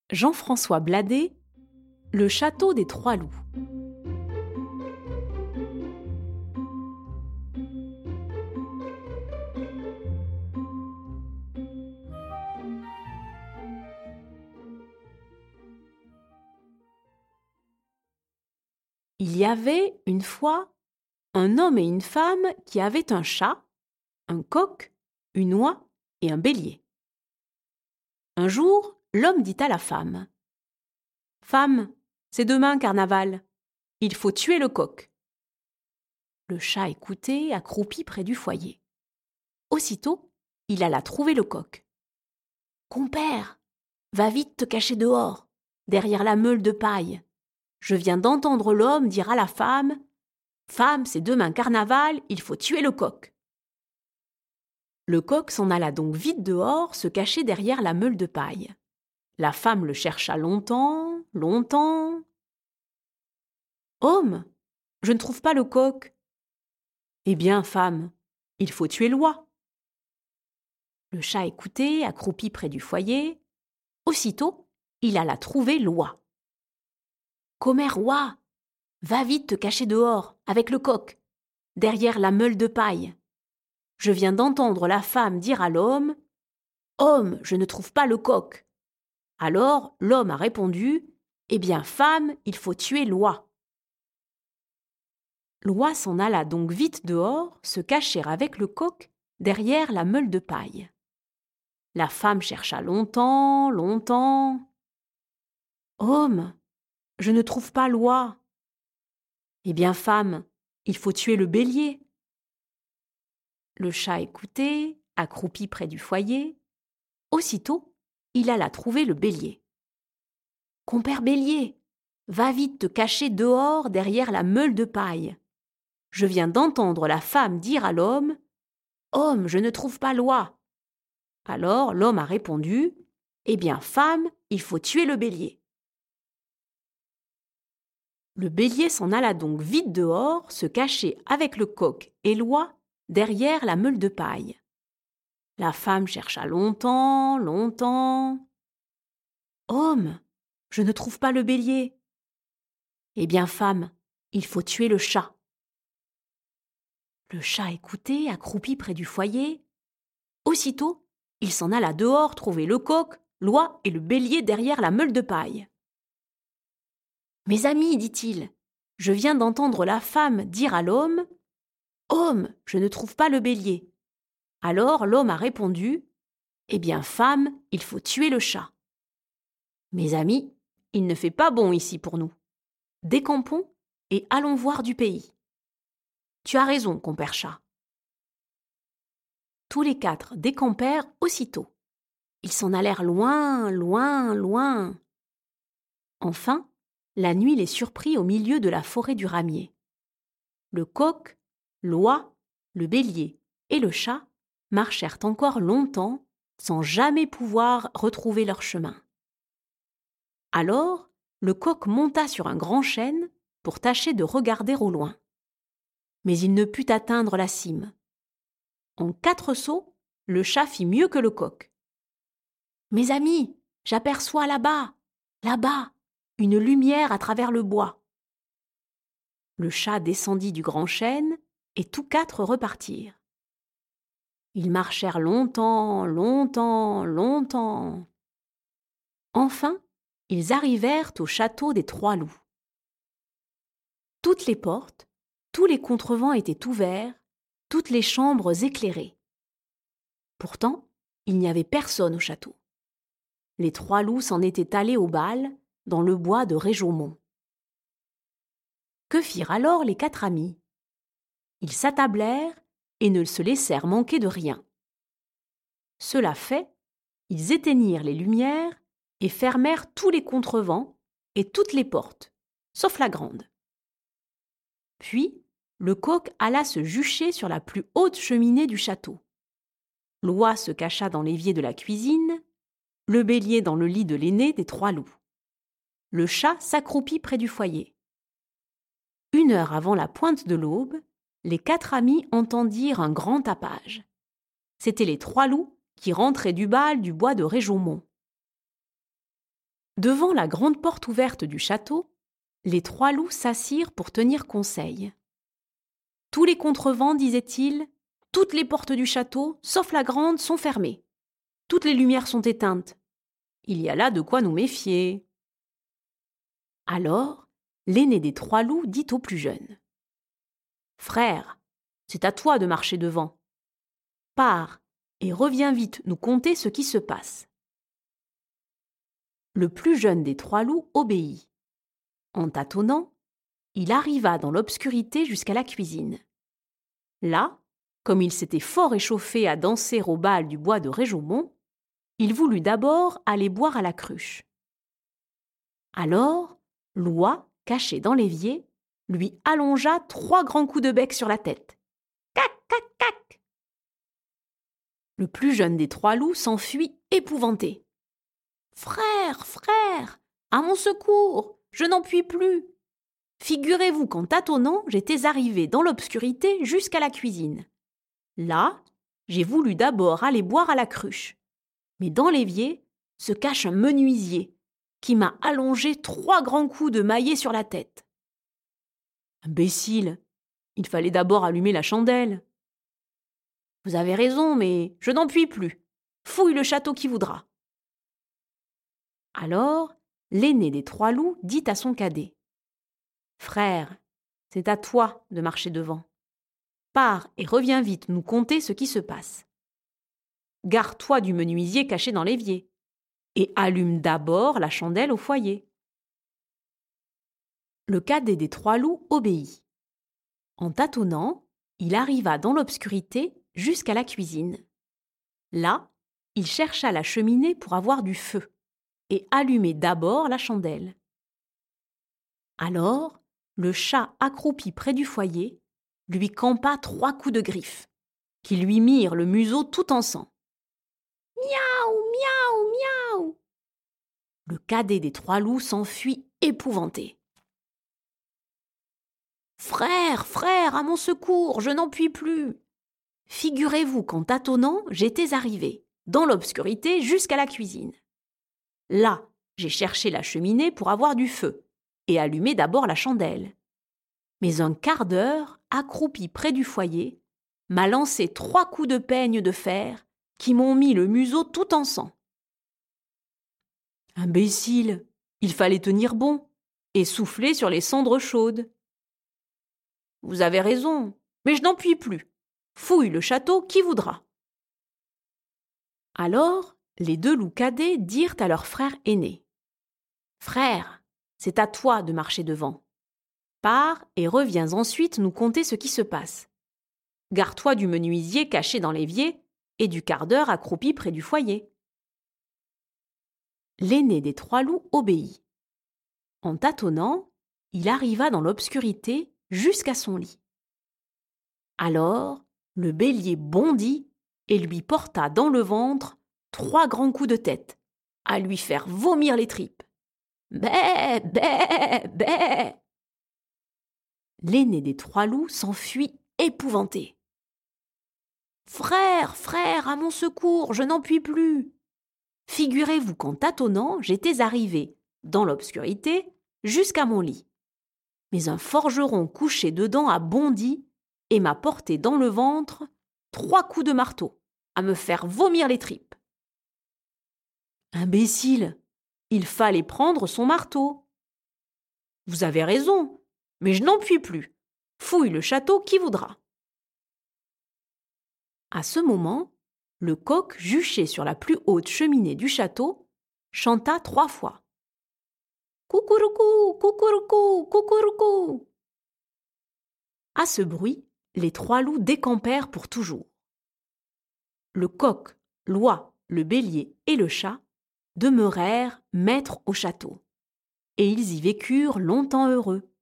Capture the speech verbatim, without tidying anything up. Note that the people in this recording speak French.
Jean-François Bladet, Le château des Trois Loups. Il y avait une fois un homme et une femme qui avaient un chat, un coq, une oie et un bélier. Un jour, l'homme dit à la femme : « Femme, c'est demain carnaval. Il faut tuer le coq. » Le chat écoutait, accroupi près du foyer. Aussitôt, il alla trouver le coq. « Compère, va vite te cacher dehors, derrière la meule de paille. Je viens d'entendre l'homme dire à la femme : « Femme, c'est demain carnaval, il faut tuer le coq. » Le coq s'en alla donc vite dehors, se cacher derrière la meule de paille. La femme le chercha longtemps, longtemps. « Homme, je ne trouve pas le coq. »« Eh bien, femme, il faut tuer l'oie. » Le chat écoutait, accroupi près du foyer. Aussitôt, il alla trouver l'oie. « Commère oie, va vite te cacher dehors, avec le coq, derrière la meule de paille. Je viens d'entendre la femme dire à l'homme : « Homme, je ne trouve pas le coq. » Alors l'homme a répondu : « Eh bien, femme, il faut tuer l'oie. » L'oie s'en alla donc vite dehors, se cacher avec le coq derrière la meule de paille. La femme chercha longtemps, longtemps. « Homme, je ne trouve pas l'oie. »« Eh bien, femme, il faut tuer le bélier. » Le chat écoutait, accroupi près du foyer. Aussitôt, il alla trouver le bélier. « Compère bélier, va vite te cacher dehors derrière la meule de paille. Je viens d'entendre la femme dire à l'homme : « Homme, je ne trouve pas l'oie. » Alors l'homme a répondu : « Eh bien, femme, il faut tuer le bélier. » Le bélier s'en alla donc vite dehors, se cacher avec le coq et l'oie derrière la meule de paille. La femme chercha longtemps, longtemps. « Homme, je ne trouve pas le bélier. »« Eh bien, femme, il faut tuer le chat. » Le chat écoutait, accroupi près du foyer. Aussitôt, il s'en alla dehors trouver le coq, l'oie et le bélier derrière la meule de paille. « Mes amis, dit-il, je viens d'entendre la femme dire à l'homme : « Homme, je ne trouve pas le bélier. » Alors l'homme a répondu : « Eh bien, femme, il faut tuer le chat. » Mes amis, il ne fait pas bon ici pour nous. Décampons et allons voir du pays. Tu as raison, compère chat. Tous les quatre décampèrent aussitôt. Ils s'en allèrent loin, loin, loin. Enfin, la nuit les surprit au milieu de la forêt du ramier. Le coq, l'oie, le bélier et le chat marchèrent encore longtemps sans jamais pouvoir retrouver leur chemin. Alors, le coq monta sur un grand chêne pour tâcher de regarder au loin. Mais il ne put atteindre la cime. En quatre sauts, le chat fit mieux que le coq. « Mes amis, j'aperçois là-bas, là-bas, une lumière à travers le bois. » Le chat descendit du grand chêne et tous quatre repartirent. Ils marchèrent longtemps, longtemps, longtemps. Enfin, ils arrivèrent au château des Trois Loups. Toutes les portes, tous les contrevents étaient ouverts, toutes les chambres éclairées. Pourtant, il n'y avait personne au château. Les trois loups s'en étaient allés au bal, dans le bois de Réjaumont. Que firent alors les quatre amis ? Ils s'attablèrent et ne se laissèrent manquer de rien. Cela fait, ils éteignirent les lumières et fermèrent tous les contrevents et toutes les portes, sauf la grande. Puis, le coq alla se jucher sur la plus haute cheminée du château. L'oie se cacha dans l'évier de la cuisine, le bélier dans le lit de l'aîné des trois loups. Le chat s'accroupit près du foyer. Une heure avant la pointe de l'aube, les quatre amis entendirent un grand tapage. C'étaient les trois loups qui rentraient du bal du bois de Réjaumont. Devant la grande porte ouverte du château, les trois loups s'assirent pour tenir conseil. « Tous les contrevents, disait-il, toutes les portes du château, sauf la grande, sont fermées. Toutes les lumières sont éteintes. Il y a là de quoi nous méfier. » Alors, l'aîné des trois loups dit au plus jeune : « Frère, c'est à toi de marcher devant. Pars et reviens vite nous conter ce qui se passe. » Le plus jeune des trois loups obéit. En tâtonnant, il arriva dans l'obscurité jusqu'à la cuisine. Là, comme il s'était fort échauffé à danser au bal du bois de Réjaumont, il voulut d'abord aller boire à la cruche. Alors, l'oie, caché dans l'évier, lui allongea trois grands coups de bec sur la tête. Cac, cac, cac. Le plus jeune des trois loups s'enfuit épouvanté. « Frère, frère, à mon secours, je n'en puis plus. Figurez-vous qu'en tâtonnant, j'étais arrivé dans l'obscurité jusqu'à la cuisine. Là, j'ai voulu d'abord aller boire à la cruche. Mais dans l'évier se cache un menuisier qui m'a allongé trois grands coups de maillet sur la tête. Imbécile, il fallait d'abord allumer la chandelle. Vous avez raison, mais je n'en puis plus. Fouille le château qui voudra. » Alors, l'aîné des trois loups dit à son cadet : « Frère, c'est à toi de marcher devant. Pars et reviens vite nous conter ce qui se passe. Garde-toi du menuisier caché dans l'évier et allume d'abord la chandelle au foyer. » Le cadet des trois loups obéit. En tâtonnant, il arriva dans l'obscurité jusqu'à la cuisine. Là, il chercha la cheminée pour avoir du feu et allumer d'abord la chandelle. Alors, le chat accroupi près du foyer lui campa trois coups de griffe, qui lui mirent le museau tout en sang. Miaou, miaou, miaou. Le cadet des trois loups s'enfuit épouvanté. « Frère, frère, à mon secours, je n'en puis plus. Figurez-vous qu'en tâtonnant, j'étais arrivé, dans l'obscurité, jusqu'à la cuisine. Là, j'ai cherché la cheminée pour avoir du feu et allumé d'abord la chandelle. Mais un quart d'heure, accroupi près du foyer, m'a lancé trois coups de peigne de fer qui m'ont mis le museau tout en sang. Imbécile, il fallait tenir bon et souffler sur les cendres chaudes. Vous avez raison, mais je n'en puis plus. Fouille le château qui voudra. » Alors, les deux loups cadets dirent à leur frère aîné : « Frère, c'est à toi de marcher devant. Pars et reviens ensuite nous conter ce qui se passe. Garde-toi du menuisier caché dans l'évier et du quart d'heure accroupi près du foyer. » L'aîné des trois loups obéit. En tâtonnant, il arriva dans l'obscurité jusqu'à son lit. Alors, le bélier bondit et lui porta dans le ventre trois grands coups de tête, à lui faire vomir les tripes. Bé, bé, bé. L'aîné des trois loups s'enfuit épouvanté. « Frère, frère, à mon secours, je n'en puis plus. Figurez-vous qu'en tâtonnant, j'étais arrivé, dans l'obscurité, jusqu'à mon lit. Mais un forgeron couché dedans a bondi et m'a porté dans le ventre trois coups de marteau, à me faire vomir les tripes. Imbécile, il fallait prendre son marteau. Vous avez raison, mais je n'en puis plus. Fouille le château qui voudra. » À ce moment, le coq juché sur la plus haute cheminée du château chanta trois fois. Coucouroucou, coucouroucou, coucouroucou. À ce bruit, les trois loups décampèrent pour toujours. Le coq, l'oie, le bélier et le chat demeurèrent maîtres au château, et ils y vécurent longtemps heureux.